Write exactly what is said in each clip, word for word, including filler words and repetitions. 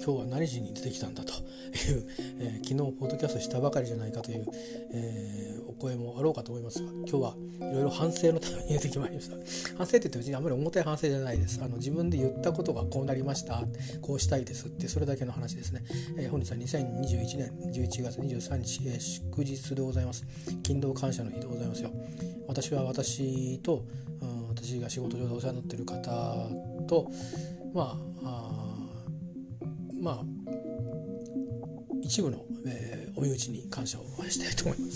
今日は何時に出てきたんだという、えー、昨日ポッドキャストしたばかりじゃないかという、えー、お声もあろうかと思いますが、今日はいろいろ反省のために出てきまいりました。反省って言って別にあんまり重たい反省じゃないです。あの自分で言ったことがこうなりました、こうしたいですって、それだけの話ですね。えー、本日はにせんにじゅういちねんじゅういちがつにじゅうさんにち、えー、祝日でございます。勤労感謝の日でございますよ。私は私と、うん、私が仕事上でお世話になっている方と、まあ、あまあ一部の、えー、お身内に感謝をしたいと思います。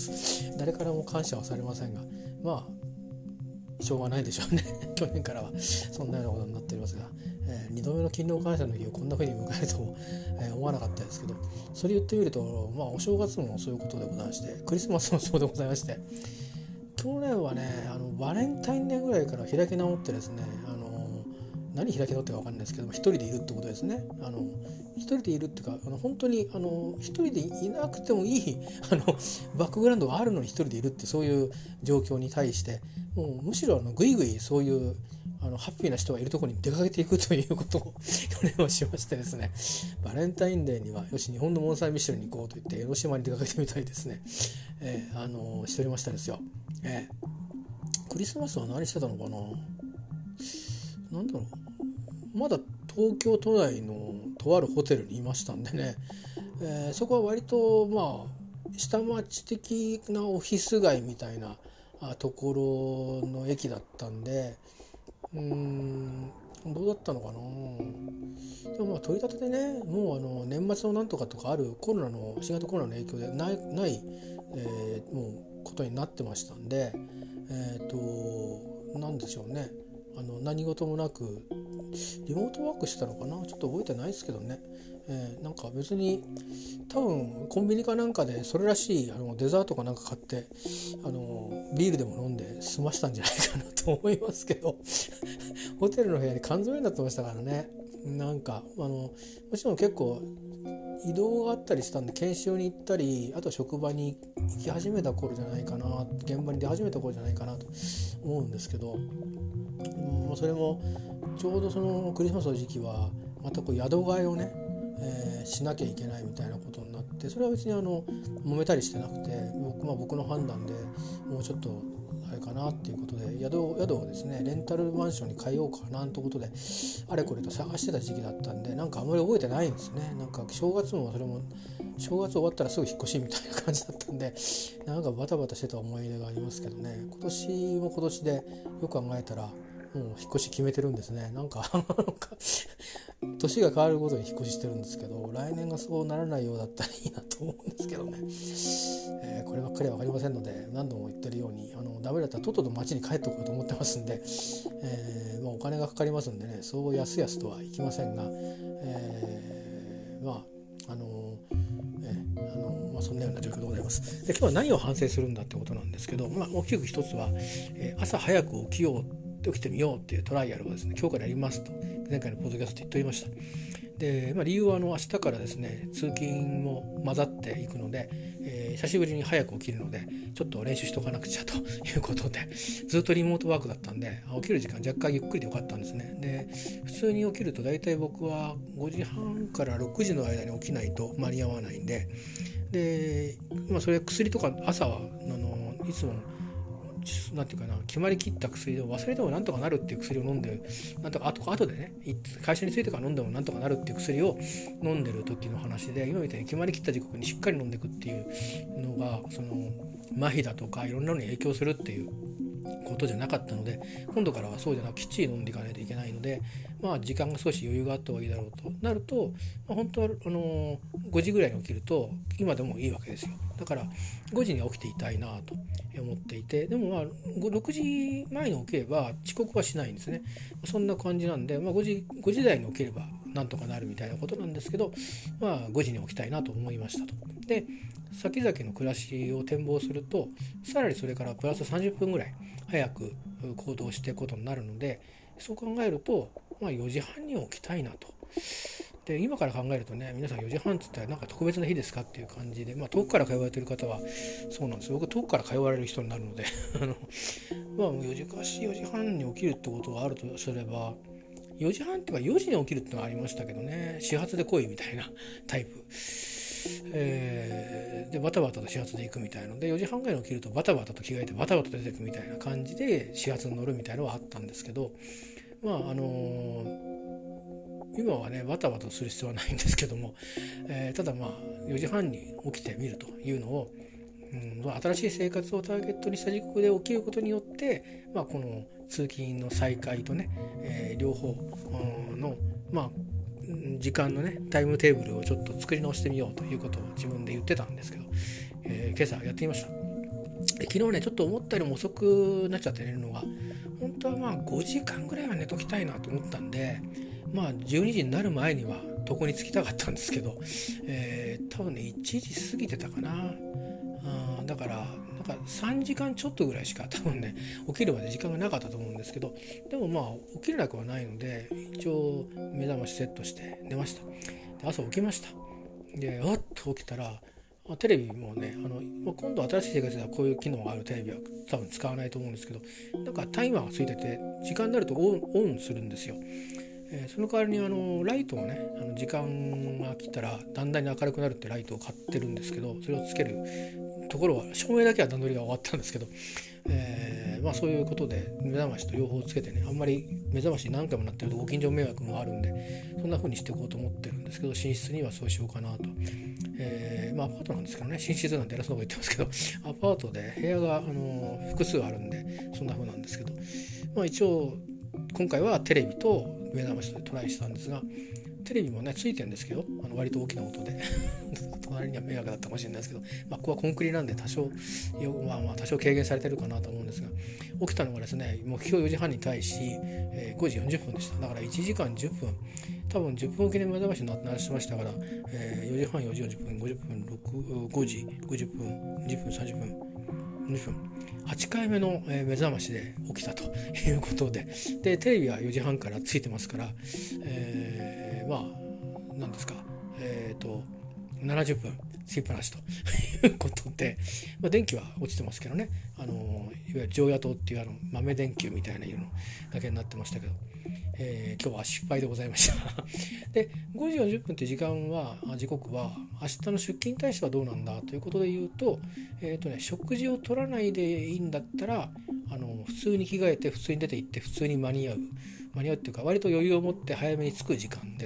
誰からも感謝はされませんが、まあしょうがないでしょうね。去年からはそんなようなことになっておりますが、えー、にどめの勤労感謝の日をこんな風に迎えるとも、えー、思わなかったですけど、それ言ってみると、まあお正月もそういうことでございまして、クリスマスもそうでございまして、去年はね、あのバレンタインデーぐらいから開き直ってですね、あの何開き直ってか分かんないですけど、一人でいるってことですね。あの一人でいるっていうか、あの本当にあの一人でいなくてもいいあのバックグラウンドがあるのに一人でいるって、そういう状況に対して、もうむしろあのぐいぐいそういうあのハッピーな人がいるところに出かけていくということを去年はしましてですね、バレンタインデーにはよし日本のモンサンミッシェルに行こうと言って江ノ島に出かけてみたりですね、えー、あのしておりましたですよ。えー、クリスマスは何してたのかな。なんだろう、まだ東京都内のとあるホテルにいましたんでね、えー、そこは割とまあ下町的なオフィス街みたいなところの駅だったんで、うーんどうだったのかな。でもまあ取り立てでね、もうあの年末のなんとかとかあるコロナの新型コロナの影響でない、ないえー、もうことになってましたんで、えっとなんでしょうね、あの何事もなくリモートワークしてたのかな、ちょっと覚えてないですけどね、えー、なんか別に多分コンビニかなんかでそれらしいあのデザートかなんか買ってあのビールでも飲んで済ましたんじゃないかなと思いますけどホテルの部屋に缶詰になってましたからね。なんかあのもちろん結構移動があったりしたんで研修に行ったり、あと職場に行き始めた頃じゃないかな、現場に出始めた頃じゃないかなと思うんですけど、うん、それもちょうどそのクリスマスの時期はまたこう宿替えをね、えー、しなきゃいけないみたいなことになって、それは別にあの揉めたりしてなくて、僕、まあ、僕の判断でもうちょっとあれかなっていうことで宿、宿をですねレンタルマンションに変えようかなんてことであれこれと探してた時期だったんで、なんかあんまり覚えてないんですね。なんか正月もそれも正月終わったらすぐ引っ越しみたいな感じだったんで、なんかバタバタしてた思い出がありますけどね。今年も今年でよく考えたらもう引っ越し決めてるんですね。なんか年が変わるごとに引っ越ししてるんですけど、来年がそうならないようだったらいいなと思うんですけどね、えー、こればっかりは分かりませんので、何度も言ってるようにあのダメだったらとっとと町に帰っておこうと思ってますんで、えーまあ、お金がかかりますんでね、そうやすやすとはいきませんが、えー、まああのえーあのまあ、そんなような状況でございます。で今日は何を反省するんだってことなんですけど、まあ、大きく一つは、えー、朝早く起きよう起きてみようっていうトライアルをですね今日からやりますと前回のポッドキャストで言っておりました。で、まあ、理由はあの明日からですね通勤も混ざっていくので、えー、久しぶりに早く起きるのでちょっと練習しとかなくちゃということで、ずっとリモートワークだったんで起きる時間若干ゆっくりでよかったんですね。で普通に起きると大体僕はごじはんからろくじの間に起きないと間に合わないんで、で、まあ、それ薬とか朝はあのいつもなんていうかな、決まりきった薬で忘れてもなんとかなるっていう薬を飲んで、なんとか後後でね会社に着いてから飲んでもなんとかなるっていう薬を飲んでる時の話で、今みたいに決まりきった時刻にしっかり飲んでいくっていうのがその麻痺だとかいろんなのに影響するっていうことじゃなかったので、今度からはそうじゃなくきっちり飲んでいかないといけないので、まあ時間が少し余裕があった方がいいだろうとなると、まあ、本当はあのごじぐらいに起きると今でもいいわけですよ。だからごじに起きていたいなと思っていて、でもまあろくじまえに起きれば遅刻はしないんですね。そんな感じなんで、まあ、5時ごじ台に起きればなんとかなるみたいなことなんですけど、まあごじに起きたいなと思いましたと。で先々の暮らしを展望すると、さらにそれからプラスさんじゅっぷんぐらい早く行動していくことになるので、そう考えると、まあ、よじはんに起きたいなと。で今から考えるとね、皆さんよじはんって言ったらなんか特別な日ですかっていう感じで、まあ、遠くから通われている方はそうなんですよ。僕遠くから通われる人になるのであの、まあ、よじかしよじはんに起きるってことがあるとすれば、 よじはんっていうかよじに起きるってのがありましたけどね、始発で来いみたいなタイプ、えー、でバタバタと始発で行くみたいので、よじはんぐらいに起きるとバタバタと着替えてバタバタと出てくみたいな感じで始発に乗るみたいのはあったんですけど、まああのー、今はねバタバタする必要はないんですけども、えー、ただまあよじはんに起きてみるというのを、うん、新しい生活をターゲットにした時刻で起きることによって、まあ、この通勤の再開とね、えー、両方の、まあ、時間のねタイムテーブルをちょっと作り直してみようということを自分で言ってたんですけど、えー、今朝やってみました。昨日ねちょっと思ったよりも遅くなっちゃって寝るのが、本当はまあごじかんぐらいは寝ときたいなと思ったんで、まあじゅうにじになる前には床に着きたかったんですけど、えー、多分ねいちじ過ぎてたかな。あだからなんかさんじかんちょっとぐらいしか多分ね起きるまで時間がなかったと思うんですけど、でもまあ起きれなくはないので一応目覚ましセットして寝ました。で朝起きました。でわっと起きたらテレビもねあの今度新しい生活ではこういう機能があるテレビは多分使わないと思うんですけど、なんかタイマーがついてて時間になるとオン、オンするんですよ。えー、その代わりにあのライトをねあの時間が来たらだんだんに明るくなるってライトを買ってるんですけど、それをつけるところは照明だけは段取りが終わったんですけど、えーまあ、そういうことで目覚ましと両方つけてね、あんまり目覚まし何回もなってるとご近所迷惑があるんでそんな風にしていこうと思ってるんですけど、寝室にはそうしようかなと。えーまあ、アパートなんですけどね、寝室なんて偉そうなこと言ってますけどアパートで部屋があの複数あるんでそんな風なんですけど、まあ、一応今回はテレビと目覚ましでトライしたんですが、テレビもねついてるんですけどあの割と大きな音で隣には迷惑だったかもしれないですけど、まあ、ここはコンクリなんで多少、まあ、まあ多少軽減されてるかなと思うんですが、起きたのがですね目標よじはんに対し、えー、ごじよんじゅっぷんでした。だからいちじかんじゅっぷん、多分じゅっぷんおきに目覚ましに鳴らしましたから、えー、よじはんよじよんじゅっぷんごじゅっぷんごじごじゅっぷんにじゅっぷんさんじゅっぷんにじゅっぷんはちかいめの目覚ましで起きたということで、でテレビはよじはんからついてますから、えー、まあ何ですか、えーとななじゅっぷんつきっぱなしということで、まあ、電気は落ちてますけどね、あのいわゆる常夜灯っていうあの豆電球みたいな色のだけになってましたけど、えー、今日は失敗でございましたでごじよんじゅっぷんという時間は時刻は明日の出勤に対してはどうなんだということで言うと、えーとね、食事を取らないでいいんだったらあの普通に着替えて普通に出て行って普通に間に合う間に合うっていうか割と余裕を持って早めに着く時間です。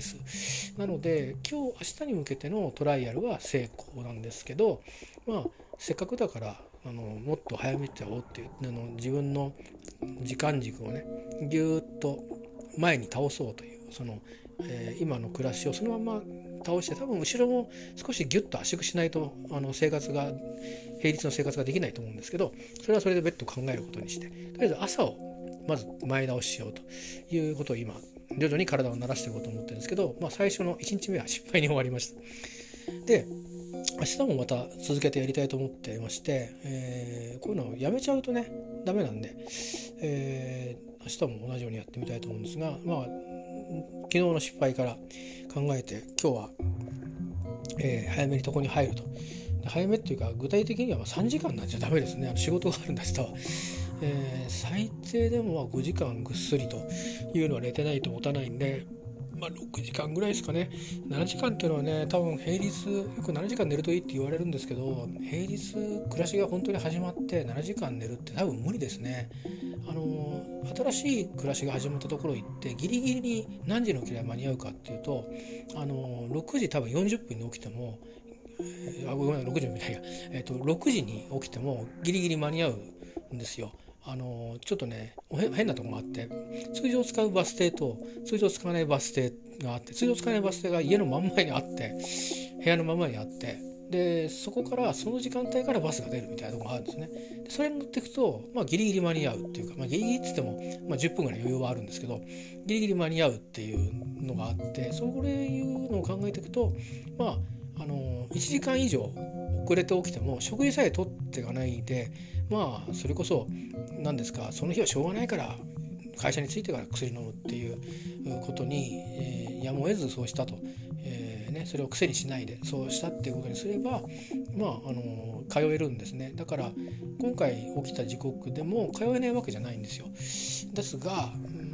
なので今日明日に向けてのトライアルは成功なんですけど、まあせっかくだからあのもっと早めちゃおうっていうあの自分の時間軸をねぎゅーっと前に倒そうというその、えー、今の暮らしをそのまま倒して、多分後ろも少しギュッと圧縮しないとあの生活が平日の生活ができないと思うんですけど、それはそれで別途考えることにして、とりあえず朝をまず前倒ししようということを今徐々に体を慣らしていこうと思ってるんですけど、まあ、最初のいちにちめは失敗に終わりました。で明日もまた続けてやりたいと思ってまして、えー、こういうのをやめちゃうとねダメなんで、えー、明日も同じようにやってみたいと思うんですが、まあ昨日の失敗から考えて今日は、えー、早めに床に入ると。早めっていうか具体的にはさんじかんなんじゃダメですね。あの仕事があるんだ明日は、えー、最低でもごじかんぐっすりというのは寝てないと持たないんで、まあ、ろくじかんぐらいですかね。ななじかんっていうのはね多分平日よくななじかん寝るといいって言われるんですけど、平日暮らしが本当に始まってななじかん寝るって多分無理ですね。あの新しい暮らしが始まったところ行ってギリギリに何時の起きれば間に合うかっていうと、あのろくじ多分よんじゅっぷんに起きても、えー、あごめんろくじみたいな、えー、とろくじに起きてもギリギリ間に合うんですよ。あのちょっとね変なところがあって、通常使うバス停と通常使わないバス停があって、通常使わないバス停が家の真ん前にあって部屋の真ん前にあって、でそこからその時間帯からバスが出るみたいなところがあるんですね。でそれに乗っていくと、まあ、ギリギリ間に合うっていうか、まあ、ギリギリって言っても、まあ、じゅっぷんぐらい余裕はあるんですけどギリギリ間に合うっていうのがあって、それいうのを考えていくと、まあ、あのいちじかん以上遅れて起きても食事さえ取っていかないで、まあそれこそ何ですか、その日はしょうがないから会社に着いてから薬飲むっていうことに、えー、やむを得ずそうしたと、えーね、それを癖にしないでそうしたっていうことにすれば、まあ、あの通えるんですね。だから今回起きた時刻でも通えないわけじゃないんですよ。ですが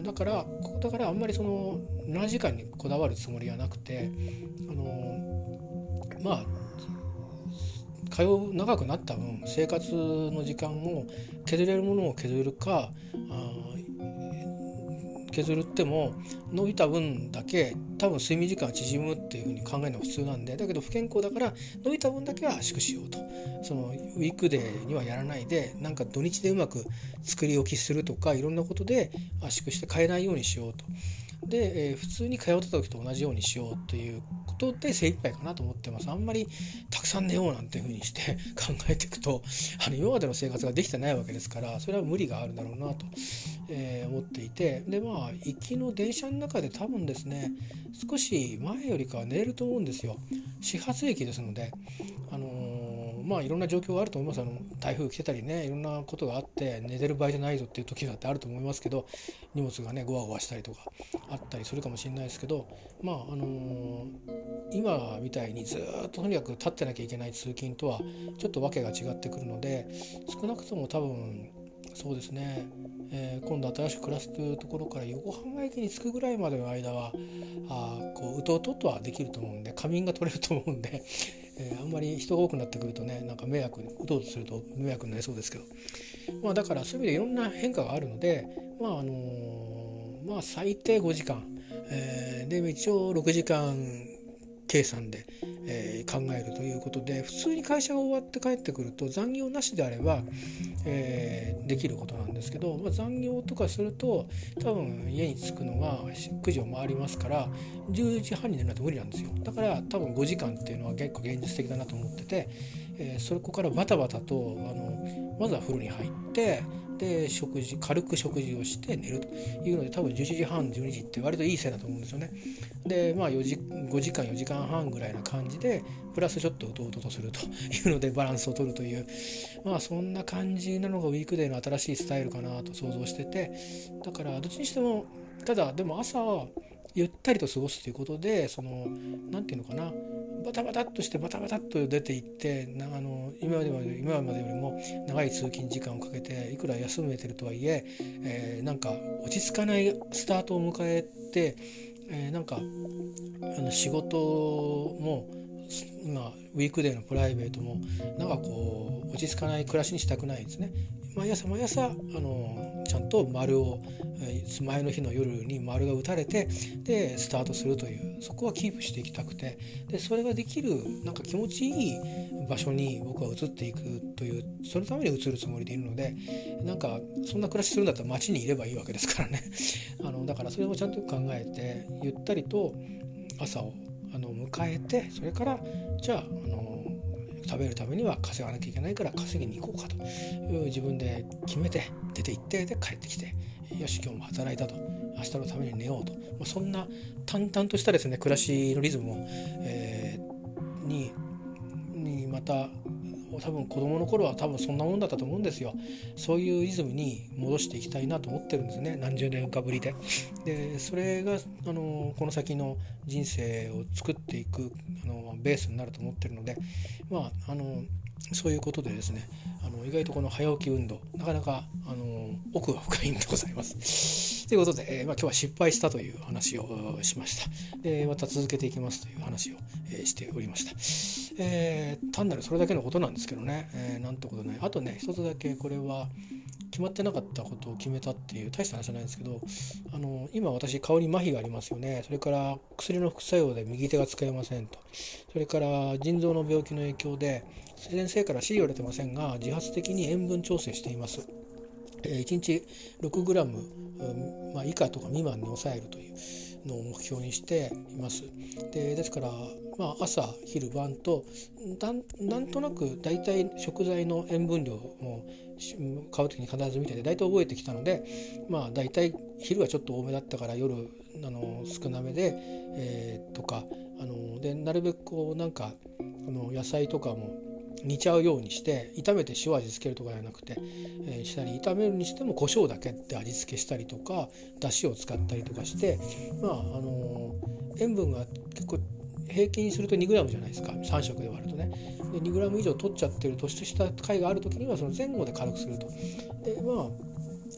だからだからあんまりそのななじかんにこだわるつもりはなくて、あのまあ通う長くなった分生活の時間を削れるものを削るか、あ削るっても伸びた分だけ多分睡眠時間が縮むっていう風に考えるのが普通なんで、だけど不健康だから伸びた分だけは圧縮しようと、そのウィークデーにはやらないでなんか土日でうまく作り置きするとかいろんなことで圧縮して変えないようにしようと。で、えー、普通に通ってた時と同じようにしようということで精一杯かなと思ってます。あんまりたくさん寝ようなんていう風にして考えていくと、あの今までの生活ができてないわけですから、それは無理があるだろうなと、えー、思っていて、でまあ行きの電車の中で多分ですね少し前よりかは寝れると思うんですよ。始発駅ですので、あのー、まあいろんな状況があると思います。あの台風来てたりね、いろんなことがあって寝てる場合じゃないぞっていう時だってあると思いますけど、荷物がねゴワゴワしたりとかあったりするかもしれないですけど、まああのー、今みたいにずっととにかく立ってなきゃいけない通勤とはちょっとわけが違ってくるので、少なくとも多分そうですね、えー、今度新しく暮らすというところから横浜駅に着くぐらいまでの間はあこううとうととはできると思うんで、仮眠が取れると思うんで、えー、あんまり人が多くなってくるとね、なんか迷惑にうとうとすると迷惑になりそうですけど、まあだからそういう意味でいろんな変化があるので、まああのー、まあ最低ごじかん、えー、で一応ろくじかん計算で、えー、考えるということで、普通に会社が終わって帰ってくると残業なしであれば、えー、できることなんですけど、まあ、残業とかすると多分家に着くのがくじを回りますからじゅうじはんに寝ないと無理なんですよ。だから多分ごじかんっていうのは結構現実的だなと思ってて、えー、そこからバタバタとあのまずは風呂に入ってで食事軽く食事をして寝るというので、多分じゅういちじはんじゅうにじって割といい線だと思うんですよね。でまあよじごじかんよじかんはんぐらいな感じでプラスちょっとうとうととするというのでバランスを取るという、まあそんな感じなのがウィークデーの新しいスタイルかなと想像してて、だからどっちにしてもただでも朝はゆったりと過ごすということで、そのなんていうのかな、バタバタっとしてバタバタっと出ていってなあの今まで今までよりも長い通勤時間をかけていくら休めてるとはいええー、なんか落ち着かないスタートを迎えて、えー、なんかあの仕事もまあ、ウィークデーのプライベートもなんかこう落ち着かない暮らしにしたくないんですね。毎朝毎朝あのちゃんと丸を前の日の夜に丸が打たれてでスタートするという、そこはキープしていきたくて、でそれができるなんか気持ちいい場所に僕は移っていくという、そのために移るつもりでいるので、なんかそんな暮らしするんだったら街にいればいいわけですからねあのだからそれをちゃんと考えてゆったりと朝をあの迎えて、それからじゃあ、あの食べるためには稼がなきゃいけないから稼ぎに行こうかという自分で決めて出て行ってで帰ってきて、よし今日も働いたと、明日のために寝ようと、まあ、そんな淡々としたですね暮らしのリズムを、えー、ににまた多分子供の頃は多分そんなもんだったと思うんですよ。そういうリズムに戻していきたいなと思ってるんですね、何十年かぶりで。でそれがあのこの先の人生を作っていくあのベースになると思ってるので、まああのそういうことでですね、あの意外とこの早起き運動なかなかあの奥が深いんでございます。ということで、えーまあ、今日は失敗したという話をしました。でまた続けていきますという話を、えー、しておりました。えー、単なるそれだけのことなんですけどね、えー、なんてことない。あとね一つだけこれは決まってなかったことを決めたっていう大した話じゃないんですけど、あの今私顔に麻痺がありますよね。それから薬の副作用で右手が使えませんと、それから腎臓の病気の影響で先生から指示は出てませんが自発的に塩分調整しています。いちにちろくグラム、まあ、以下とか未満に抑えるというのを目標にしています。でですから、まあ、朝昼晩とだ ん, なんとなく大体食材の塩分量を買う時に必ず見てて大体覚えてきたので、まあ、大体昼はちょっと多めだったから夜あの少なめで、えー、とかあのでなるべくこうなんかあの野菜とかも煮ちゃうようにして炒めて塩味つけるとかじゃなくて、えー、したり炒めるにしても胡椒だけで味付けしたりとかだしを使ったりとかして、まああのー、塩分が結構平均するとにグラムじゃないですか、さん食で割るとね。でにグラム以上取っちゃってる突出した回がある時にはその前後で軽くすると。でまあ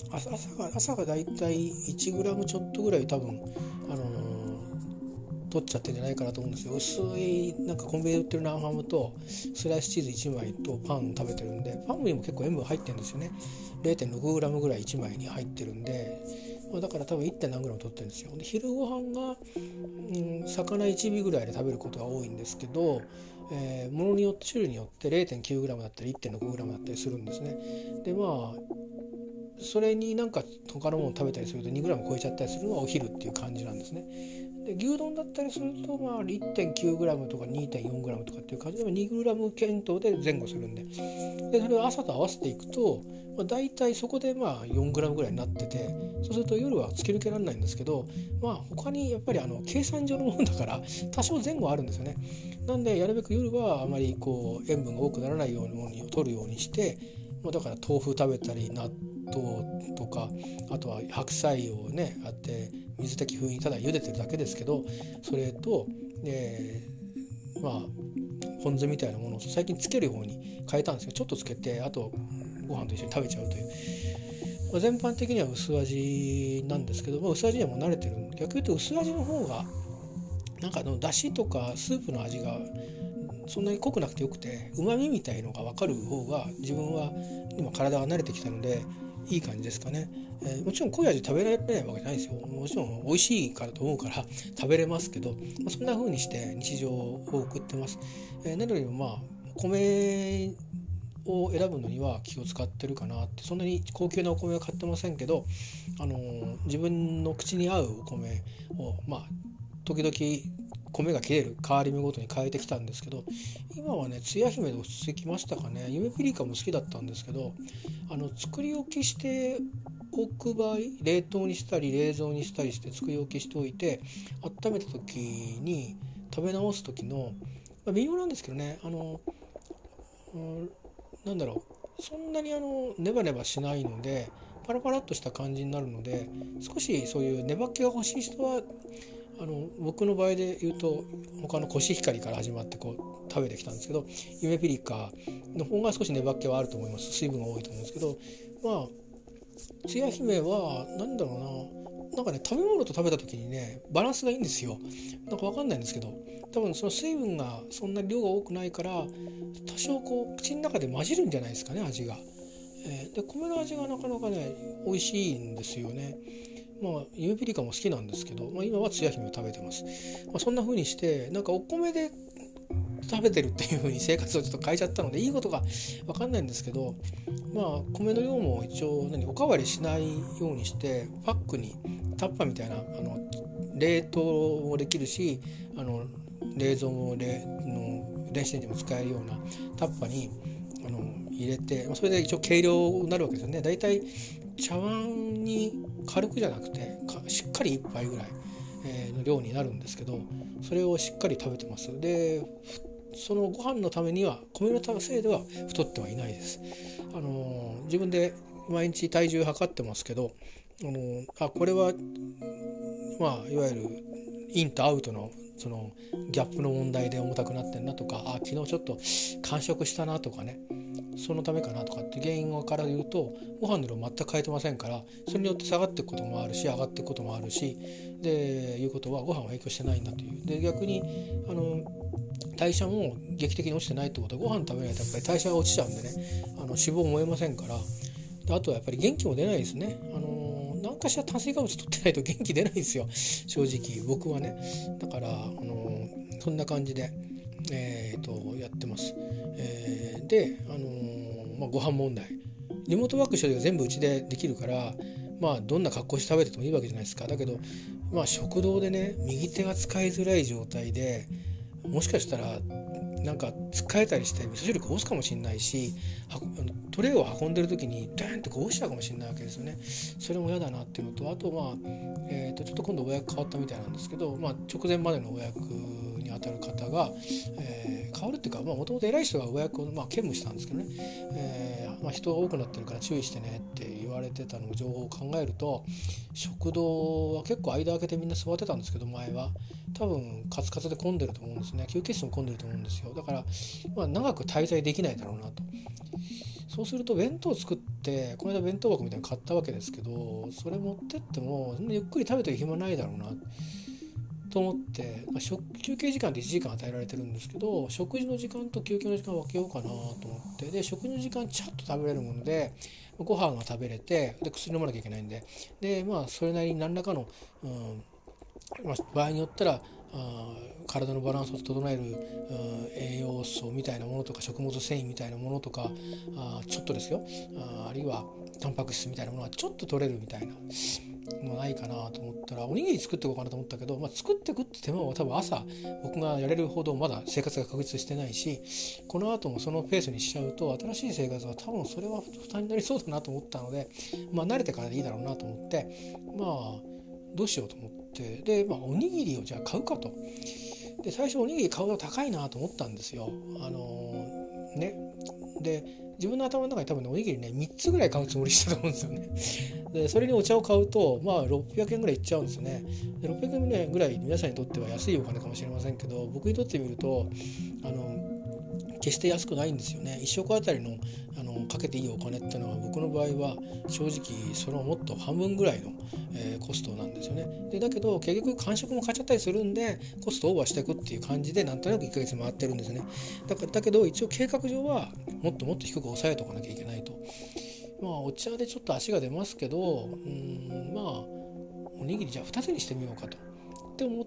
朝が朝がだいたいいちグラムちょっとぐらい多分あのー、取っちゃってるんじゃないかなと思うんですよ。薄いなんかコンビニで売ってる生ハムとスライスチーズいちまいとパン食べてるんで、パンにも結構塩分入ってるんですよね。 れいてんろくグラムぐらいいちまいに入ってるんで、だから多分 いってん何グラム取ってるんですよ。で昼ご飯が、うん、魚いち尾ぐらいで食べることが多いんですけど、えー、ものによって種類によって れいてんきゅうグラム だったり いってんろくグラム だったりするんですね。でまあそれになんか他のもの食べたりするとにグラム超えちゃったりするのはお昼っていう感じなんですね。で牛丼だったりするとまあ いってんきゅうグラム とか にてんよんグラム とかっていう感じでにグラム検討で前後するんで、でそれを朝と合わせていくと、まあ、大体そこでまあ よんグラム ぐらいになってて、そうすると夜は突き抜けられないんですけど、まあ他にやっぱりあの計算上のものだから多少前後あるんですよね。なんでやるべく夜はあまりこう塩分が多くならないようなものを取るようにして、だから豆腐食べたり納豆とか、あとは白菜をねあって水滴風にただ茹でてるだけですけど、それと、えー、まあポン酢みたいなものを最近つける方に変えたんですけど、ちょっとつけてあとご飯と一緒に食べちゃうという、まあ、全般的には薄味なんですけど、まあ、薄味にはもう慣れてるんで、逆に言うと薄味の方がなんかの出汁とかスープの味がそんなに濃くなくてよくて、うまみみたいのが分かる方が自分は今体が慣れてきたのでいい感じですかね。えー、もちろん濃い味食べられないわけじゃないですよ。もちろん美味しいからと思うから食べれますけど、まあ、そんな風にして日常を送ってます。えー、なのでまあ米を選ぶのには気を使ってるかなって。そんなに高級なお米は買ってませんけど、あのー、自分の口に合うお米をまあ時々米が切れる変わり目ごとに変えてきたんですけど、今はねつや姫で落ち着きましたかね。ゆめぴりかも好きだったんですけど、あの作り置きしておく場合、冷凍にしたり冷蔵にしたりして作り置きしておいて温めた時に食べ直す時の、まあ、微妙なんですけどね、あの、うん、なんだろう、そんなにあのネバネバしないのでパラパラっとした感じになるので、少しそういう粘っ気が欲しい人はあの僕の場合で言うと他のコシヒカリから始まってこう食べてきたんですけど、ゆめぴりかの方が少し粘っ気はあると思います。水分が多いと思うんですけど、まあつや姫はなんだろうな、なんかね食べ物と食べた時にねバランスがいいんですよ。なんかわかんないんですけど、多分その水分がそんな量が多くないから多少こう口の中で混じるんじゃないですかね、味が。えー、で米の味がなかなかね美味しいんですよね。まあゆめぴりかも好きなんですけど、まあ、今はつや姫を食べてます。まあ、そんな風にしてなんかお米で食べてるっていう風に生活をちょっと変えちゃったのでいいことが分かんないんですけど、まあ米の量も一応何おかわりしないようにしてパックにタッパーみたいなあの冷凍もできるし、あの冷蔵も冷の電子レンジも使えるようなタッパーにあの入れて、それで一応計量になるわけですよね。だいたい茶碗に軽くじゃなくてしっかりいっぱいぐらいの量になるんですけど、それをしっかり食べてます。でそのご飯のためには米のせいでは太ってはいないです。あの自分で毎日体重測ってますけど、あのあこれはまあいわゆるインとアウトのそのギャップの問題で重たくなってんなとか、あ昨日ちょっと間食したなとかね、そのためかなとかって原因から言うとご飯の量全く変えてませんから、それによって下がっていくこともあるし上がっていくこともあるし、でいうことはご飯は影響してないんだという。で逆にあの代謝も劇的に落ちてないってことはご飯食べないとやっぱり代謝が落ちちゃうんでね、あの脂肪も燃えませんから。であとはやっぱり元気も出ないですね。あの何かしら炭水化物取ってないと元気出ないんですよ、正直僕はね。だからあのそんな感じで、えー、とやってます。えー、で、あのーまあ、ご飯問題、リモートワークしてる時全部うちでできるから、まあどんな格好して食べててもいいわけじゃないですか。だけどまあ食堂でね右手が使いづらい状態でもしかしたらなんか使えたりして味噌汁こぼすかもしれないし、トレイを運んでる時にダーンってこぼしちゃうかもしれないわけですよね。それも嫌だなっていうのと、あとまあ、えー、とちょっと今度お役変わったみたいなんですけど、まあ、直前までのお役ににあたる方が、えー、変わるっていうか、もともと偉い人が上役を、まあ、兼務したんですけどね、えーまあ、人が多くなってるから注意してねって言われてたの情報を考えると、食堂は結構間空けてみんな座ってたんですけど、前は多分カツカツで混んでると思うんですね。休憩室も混んでると思うんですよ。だから、まあ、長く滞在できないだろうなと。そうすると弁当を作って、この間弁当箱みたいに買ったわけですけど、それ持ってってもゆっくり食べてる暇ないだろうなと思って、まあ、食休憩時間っていちじかん与えられてるんですけど、食事の時間と休憩の時間を分けようかなと思って、で食事の時間ちゃっと食べれるもので、ご飯が食べれて、で薬飲まなきゃいけないんで、でまあそれなりに何らかの、うんまあ、場合によったらあ体のバランスを整える、うん、栄養素みたいなものとか、食物繊維みたいなものとか、あちょっとですよ、あ, あるいはタンパク質みたいなものがちょっと取れるみたいなのないかなと思ったら、おにぎり作っていこうかなと思ったけど、まあ、作っていくって手間は多分朝僕がやれるほどまだ生活が確立してないし、この後もそのペースにしちゃうと新しい生活は多分それは負担になりそうだなと思ったので、まあ、慣れてからでいいだろうなと思って、まあどうしようと思って、で、まあ、おにぎりをじゃあ買うかと。で最初おにぎり買うの高いなと思ったんですよ。あのー、ねで自分の頭の中に多分ね、おにぎりねみっつぐらい買うつもりしたと思うんですよね。でそれにお茶を買うとまあろっぴゃくえんぐらいいっちゃうんですよね。でろっぴゃくえんぐらい皆さんにとっては安いお金かもしれませんけど、僕にとってみるとあの決して安くないんですよね。一食あたりの、あのかけていいお金っていうのは、僕の場合は正直そのもっと半分ぐらいの、えー、コストなんですよね。でだけど結局間食も買っちゃったりするんで、コストオーバーしていくっていう感じでなんとなくいっかげつ回ってるんですね。だからだけど一応計画上はもっともっと低く抑えておかなきゃいけないと。まあお茶でちょっと足が出ますけど、うーんまあおにぎりじゃあふたつにしてみようかとって思って、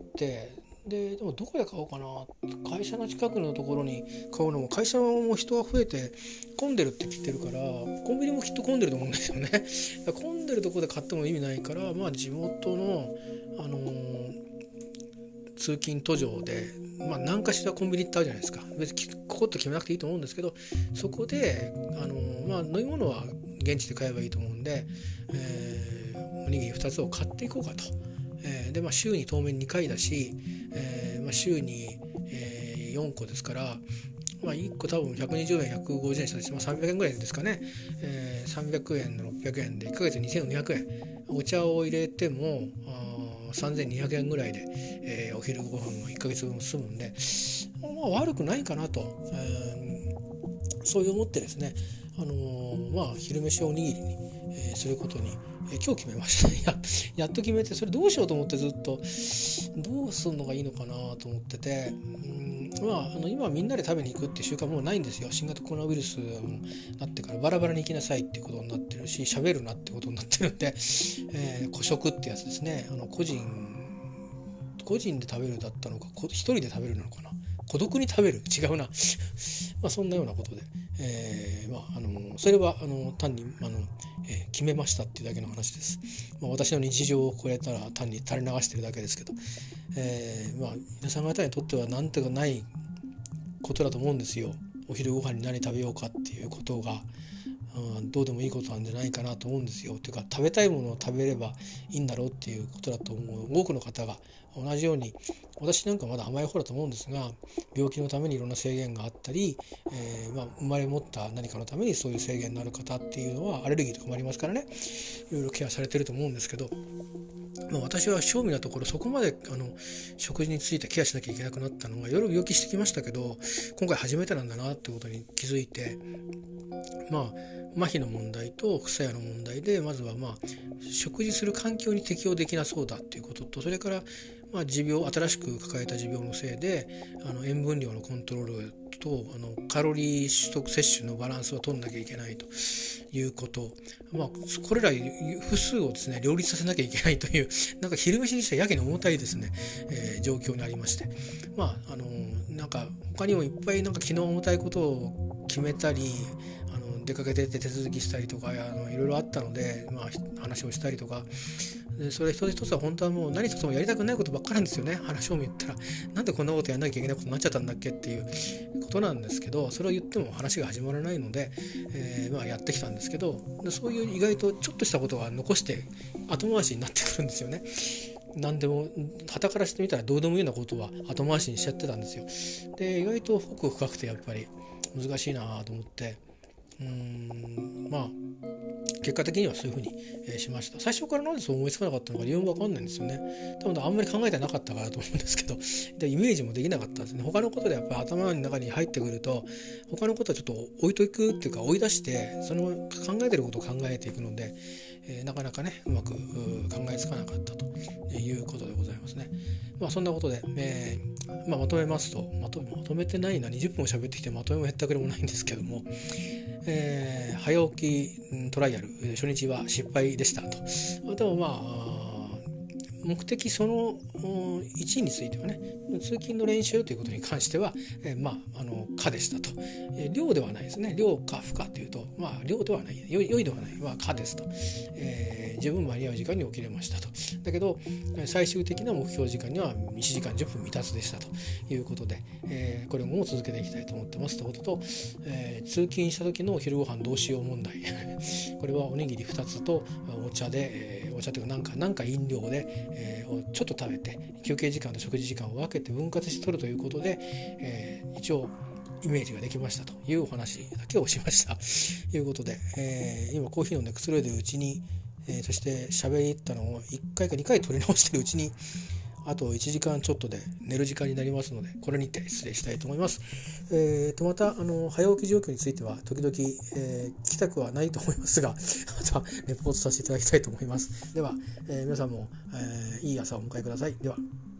ででもどこで買おうかな、会社の近くのところに買うのも、会社も人が増えて混んでるって聞いてるから、コンビニもきっと混んでると思うんですよね。混んでるところで買っても意味ないから、まあ地元の、あのー、通勤途上で、まあ、何かしらコンビニ行ってあるじゃないですか。別にここって決めなくていいと思うんですけど、そこで、あのーまあ、飲み物は現地で買えばいいと思うんで、えー、おにぎりふたつを買っていこうかと。えー、でまあ週に当面にかいだし、えーまあ、週に、えー、よんこですから、まあ、いっこ多分ひゃくにじゅうえんひゃくごじゅうえんしたとして、まあ、さんびゃくえんぐらいですかね、えー、さんびゃくえんのろっぴゃくえんでいっかげつにせんにひゃくえん、お茶を入れてもあさんぜんにひゃくえんぐらいで、えー、お昼ご飯もいっかげつぶん済むんで、まあ、悪くないかなと、えー、そういう思ってですね、あのー、まあ昼飯をおにぎりに、えー、することにえ今日決めましたや, やっと決めて、それどうしようと思って、ずっとどうするのがいいのかなと思ってて、うんまあ、あの今みんなで食べに行くっていう習慣もうないんですよ。新型コロナウイルスになってからバラバラに行きなさいっていうことになってるし、喋るなってことになってるんで、えー、個食ってやつですね。あの個人個人で食べるだったのか、一人で食べるのかな、孤独に食べる、違うなまあそんなようなことで、えーまあ、あのそれはあの単にあの、えー、決めましたっていうだけの話です。まあ、私の日常を超えたら単に垂れ流してるだけですけど、えーまあ、皆さん方にとってはなんていうかないことだと思うんですよ。お昼ご飯に何食べようかっていうことが、うん、どうでもいいことなんじゃないかなと思うんですよ。というか、食べたいものを食べればいいんだろうっていうことだと思う。多くの方が同じように、私なんかまだ甘い方だと思うんですが、病気のためにいろんな制限があったり、えーまあ、生まれ持った何かのためにそういう制限のある方っていうのはアレルギーとかもありますからね、いろいろケアされてると思うんですけど、まあ、私は正味なところそこまであの食事についてケアしなきゃいけなくなったのが、いろいろ病気してきましたけど、今回初めてなんだなってことに気づいて、まあ麻痺の問題と副作用の問題で、まずはまあ食事する環境に適応できなそうだっていうことと、それからまあ持病、新しく抱えた持病のせいであの塩分量のコントロールとあのカロリー取得摂取のバランスを取んなきゃいけないということ、まあ、これら複数をですね両立させなきゃいけないという、なんか昼飯にしてはやけに重たいですね、えー、状況にありまして、まああのなんか他にもいっぱいなんか気の重たいことを決めたり、あの出かけてって手続きしたりとか、あのいろいろあったので、まあ、話をしたりとか、でそれ一つ一つは本当はもう何一つもやりたくないことばっかなんですよね。話を言ったら、なんでこんなことやんなきゃいけないことになっちゃったんだっけっていうことなんですけど、それを言っても話が始まらないので、えーまあ、やってきたんですけど、でそういう意外とちょっとしたことが残して後回しになってくるんですよね。 何でも傍からしてみたらどうでもいいようなことは後回しにしちゃってたんですよ。で意外と奥深くてやっぱり難しいなと思って、うーんまあ結果的にはそういうふうに、えー、しました。最初からなんでそう思いつかなかったのか理由も分かんないんですよね。多分あんまり考えてなかったからと思うんですけど、でイメージもできなかったんですね。他のことでやっぱり頭の中に入ってくると他のことはちょっと置いといくっていうか追い出してその考えてることを考えていくので、えー、なかなかねうまく考えつかなかったということでございますね。まあそんなことで、えーまあ、まとめますとまと、まとめてないなにじゅっぷんも喋ってきてまとめもへったくれもないんですけども、えー、早起きトライアル初日は失敗でしたと。でもまあ目的そのいちについてはね、通勤の練習ということに関しては、えー、まああの可でしたと、えー、量ではないですね。量か負かというとまあ量ではない良い良いではないは可ですと、えー、十分間に合う時間に起きれましたと。だけど最終的な目標時間にはいちじかんじゅっぷん未達でしたということで、えー、これも続けていきたいと思ってますということと、えー、通勤した時のお昼ご飯どうしよう問題これはおにぎりふたつとお茶で、えー、お茶というかなんかなんか飲料で、えー、ちょっと食べて休憩時間と食事時間を分けて分割して取るということで、えー、一応イメージができましたというお話だけをしましたということで、えー、今コーヒー飲んでくつろいでるうちに、えー、そして喋りったのをいっかいかにかい取り直してるうちにあといちじかんちょっとで寝る時間になりますのでこれにて失礼したいと思います。えー、とまたあの早起き状況については時々、えー、聞きたくはないと思いますがまたレポートさせていただきたいと思います。では、えー、皆さんも、えー、いい朝をお迎えください。では。